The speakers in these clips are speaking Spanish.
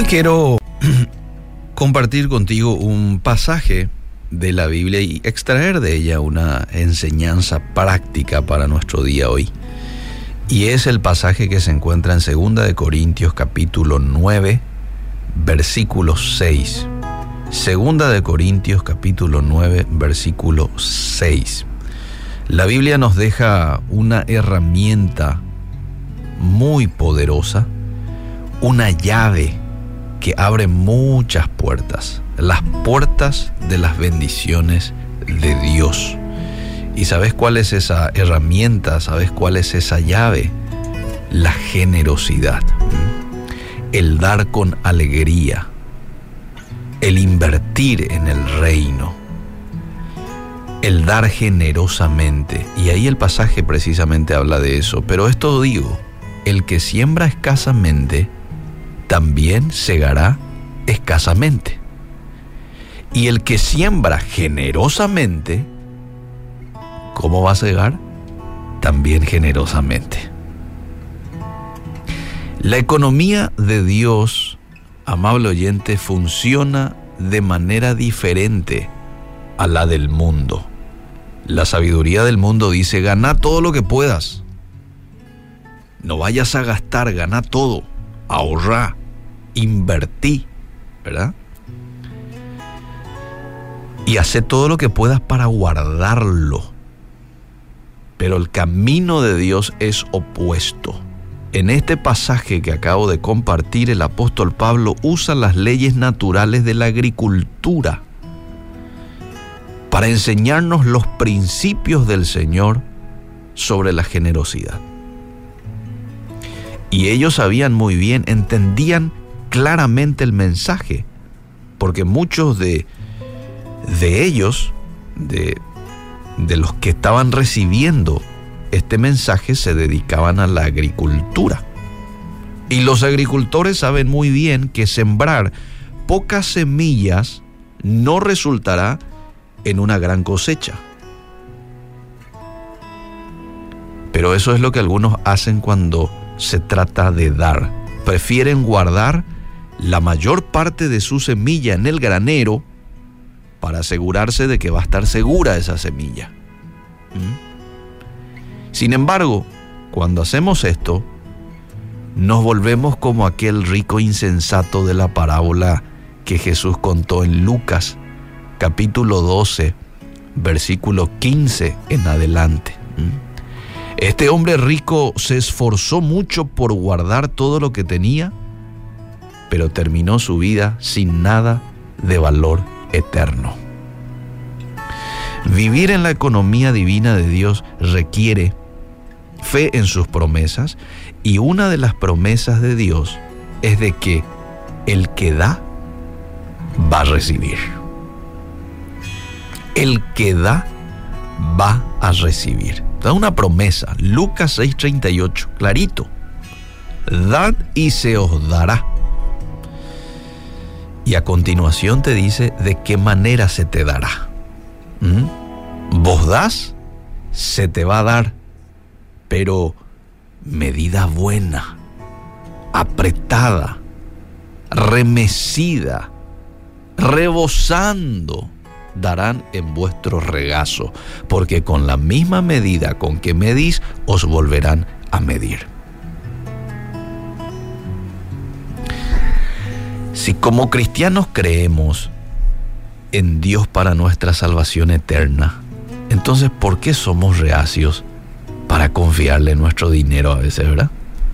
quiero compartir contigo un pasaje de la Biblia y extraer de ella una enseñanza práctica para nuestro día hoy. Y es el pasaje que se encuentra en 2 de Corintios capítulo 9, versículo 6. 2 de Corintios capítulo 9, versículo 6. La Biblia nos deja una herramienta muy poderosa, una llave que abre muchas puertas, las puertas de las bendiciones de Dios. ¿Y sabes cuál es esa herramienta? ¿Sabes cuál es esa llave? La generosidad, el dar con alegría, el invertir en el reino, el dar generosamente. Y ahí el pasaje precisamente habla de eso. Pero esto digo, el que siembra escasamente, también segará escasamente. Y el que siembra generosamente, ¿cómo va a segar? También generosamente. La economía de Dios, amable oyente, funciona de manera diferente a la del mundo. La sabiduría del mundo dice: gana todo lo que puedas. No vayas a gastar, gana todo. Ahorra, invertí, ¿verdad? Y hace todo lo que puedas para guardarlo. Pero el camino de Dios es opuesto. En este pasaje que acabo de compartir, el apóstol Pablo usa las leyes naturales de la agricultura para enseñarnos los principios del Señor sobre la generosidad. Y ellos sabían muy bien, entendían claramente el mensaje, porque muchos de ellos, de los que estaban recibiendo este mensaje, se dedicaban a la agricultura. Y los agricultores saben muy bien que sembrar pocas semillas no resultará en una gran cosecha. Pero eso es lo que algunos hacen cuando se trata de dar. Prefieren guardar la mayor parte de su semilla en el granero para asegurarse de que va a estar segura esa semilla. Sin embargo, cuando hacemos esto, nos volvemos como aquel rico insensato de la parábola que Jesús contó en Lucas, capítulo 12, versículo 15 en adelante. Este hombre rico se esforzó mucho por guardar todo lo que tenía, pero terminó su vida sin nada de valor eterno. Vivir en la economía divina de Dios requiere fe en sus promesas, y una de las promesas de Dios es de que el que da va a recibir. El que da va a recibir. Da una promesa, Lucas 6:38, clarito: dad y se os dará. Y a continuación te dice de qué manera se te dará. Vos das, se te va a dar, pero medida buena, apretada, remecida, rebosando, darán en vuestro regazo, porque con la misma medida con que medís, os volverán a medir. Si como cristianos creemos en Dios para nuestra salvación eterna, entonces ¿por qué somos reacios para confiarle nuestro dinero a veces, verdad?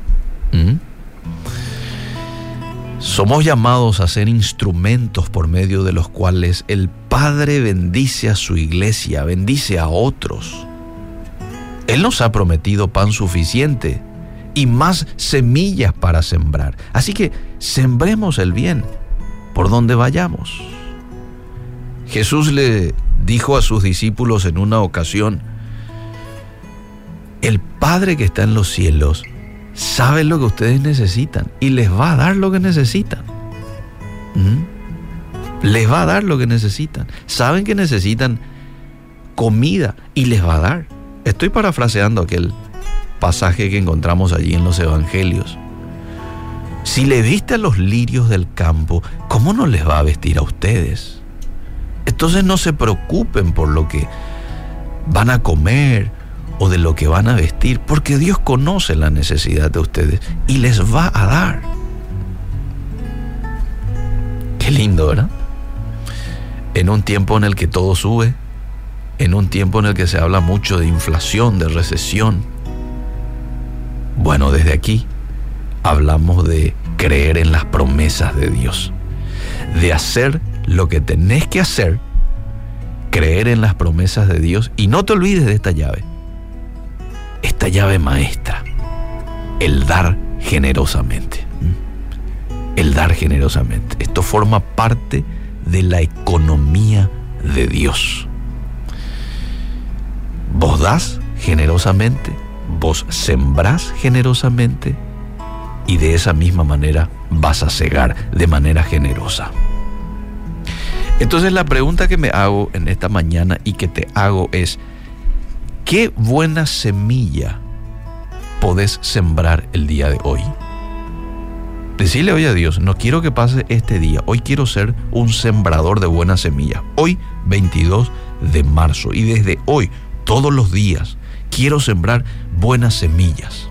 Somos llamados a ser instrumentos por medio de los cuales el Padre bendice a su iglesia, bendice a otros. Él nos ha prometido pan suficiente y más semillas para sembrar. Así que sembremos el bien por donde vayamos. Jesús le dijo a sus discípulos en una ocasión: el Padre que está en los cielos sabe lo que ustedes necesitan y les va a dar lo que necesitan. Les va a dar lo que necesitan. Saben que necesitan comida y les va a dar. Estoy parafraseando aquel pasaje que encontramos allí en los evangelios. Si le viste a los lirios del campo, ¿cómo no les va a vestir a ustedes? Entonces no se preocupen por lo que van a comer o de lo que van a vestir, porque Dios conoce la necesidad de ustedes y les va a dar. Qué lindo, ¿verdad? En un tiempo en el que todo sube, en un tiempo en el que se habla mucho de inflación, de recesión. Bueno, desde aquí hablamos de creer en las promesas de Dios, de hacer lo que tenés que hacer, creer en las promesas de Dios, y no te olvides de esta llave maestra, el dar generosamente. El dar generosamente. Esto forma parte de la economía de Dios. Vos das generosamente, vos sembrás generosamente, y de esa misma manera vas a segar de manera generosa. Entonces la pregunta que me hago en esta mañana y que te hago es: ¿qué buena semilla podés sembrar el día de hoy? Decirle hoy a Dios: no quiero que pase este día, hoy quiero ser un sembrador de buenas semillas. Hoy 22 de marzo, y desde hoy, todos los días, quiero sembrar buenas semillas.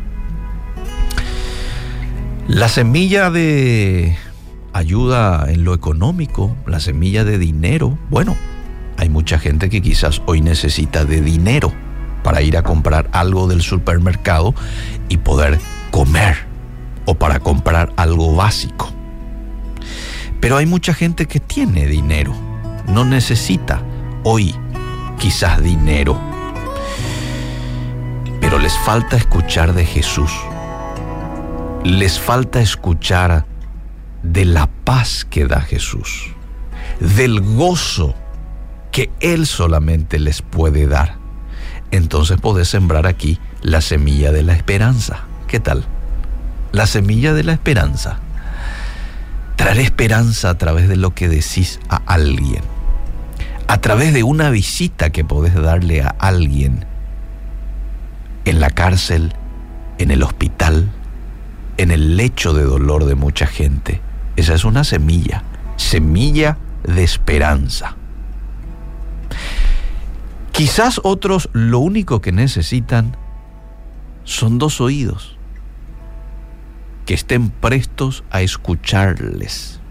La semilla de ayuda en lo económico, la semilla de dinero, bueno, hay mucha gente que quizás hoy necesita de dinero para ir a comprar algo del supermercado y poder comer, o para comprar algo básico. Pero hay mucha gente que tiene dinero, no necesita hoy quizás dinero, pero les falta escuchar de Jesús. Les falta escuchar de la paz que da Jesús, del gozo que Él solamente les puede dar. Entonces podés sembrar aquí la semilla de la esperanza. ¿Qué tal? La semilla de la esperanza. Traer esperanza a través de lo que decís a alguien, a través de una visita que podés darle a alguien en la cárcel, en el hospital, en el lecho de dolor de mucha gente. Esa es una semilla de esperanza. Quizás otros lo único que necesitan son 2 oídos que estén prestos a escucharles,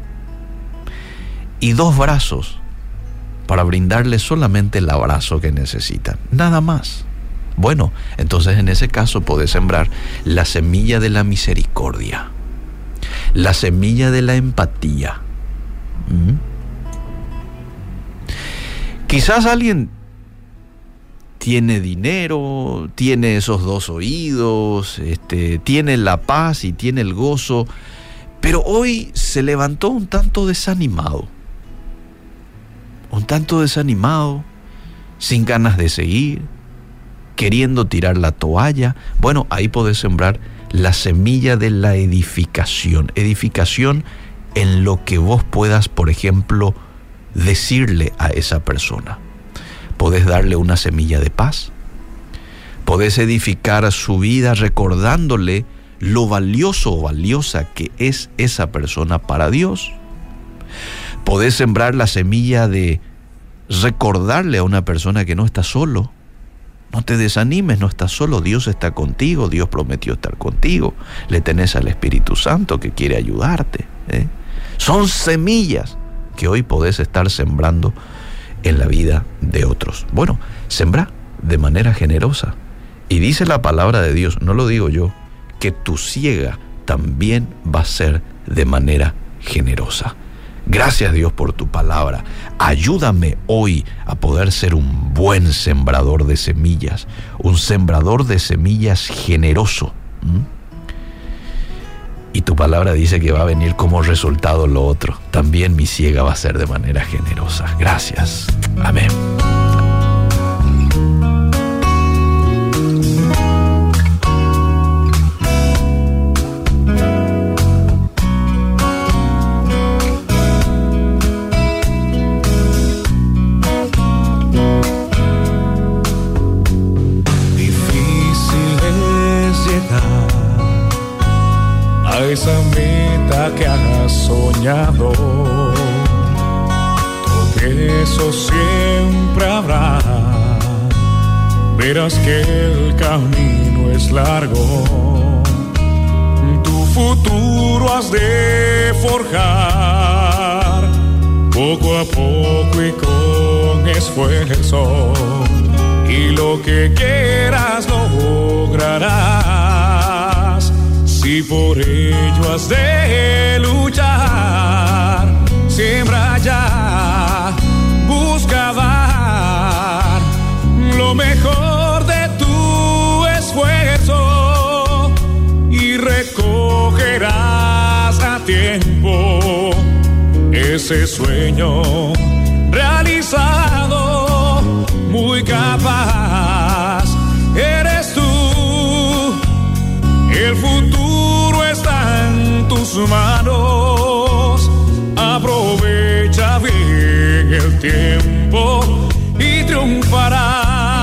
y 2 brazos para brindarles solamente el abrazo que necesitan, nada más. Bueno, entonces en ese caso podés sembrar la semilla de la misericordia, la semilla de la empatía. Quizás alguien tiene dinero, tiene esos 2 oídos, tiene la paz y tiene el gozo, pero hoy se levantó un tanto desanimado, sin ganas de seguir, queriendo tirar la toalla. Bueno, ahí podés sembrar la semilla de la edificación en lo que vos puedas, por ejemplo, decirle a esa persona. Podés darle una semilla de paz, podés edificar su vida recordándole lo valioso o valiosa que es esa persona para Dios. Podés sembrar la semilla de recordarle a una persona que no está solo. No te desanimes, no estás solo, Dios está contigo, Dios prometió estar contigo, le tenés al Espíritu Santo que quiere ayudarte. Son semillas que hoy podés estar sembrando en la vida de otros. Bueno, sembra de manera generosa. Y dice la palabra de Dios, no lo digo yo, que tu siega también va a ser de manera generosa. Gracias, Dios, por tu palabra. Ayúdame hoy a poder ser un buen sembrador de semillas, un sembrador de semillas generoso. Y tu palabra dice que va a venir como resultado lo otro. También mi siega va a ser de manera generosa. Gracias. Amén. esa meta que has soñado. Eso siempre habrá. Verás que el camino es largo. Tu futuro has de forjar poco a poco y con esfuerzo. Y lo que quieras lograrás. Si por ello has de luchar, siembra ya, busca dar lo mejor de tu esfuerzo y recogerás a tiempo ese sueño realizado. Muy capaz eres tú, el futuro está en tus manos. Aprovecha bien el tiempo y triunfarás.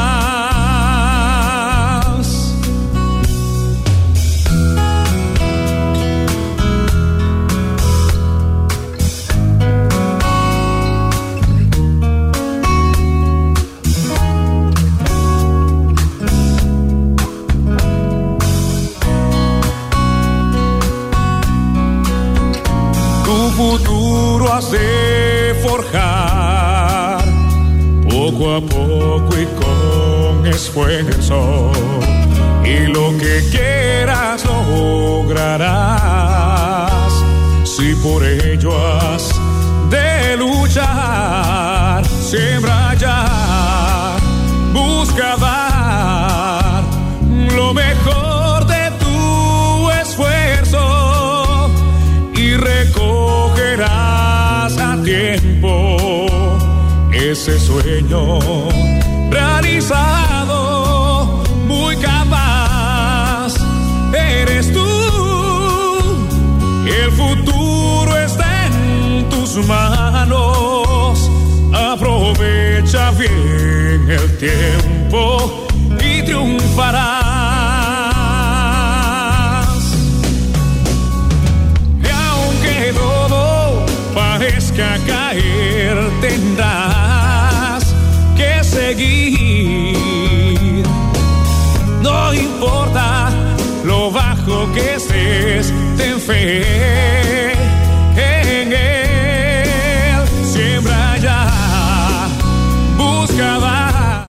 Tu futuro has de forjar poco a poco y con esfuerzo, y lo que quieras lograrás. Si por ello has de luchar, siembra ya, busca dar lo mejor de tu esfuerzo y recogerás a tiempo ese sueño realizado. Muy capaz eres tú, el futuro está en tus manos. Aprovecha bien el tiempo y triunfarás. Y aunque todo parezca caer, tendrás que seguir. No importa lo bajo que estés, ten fe.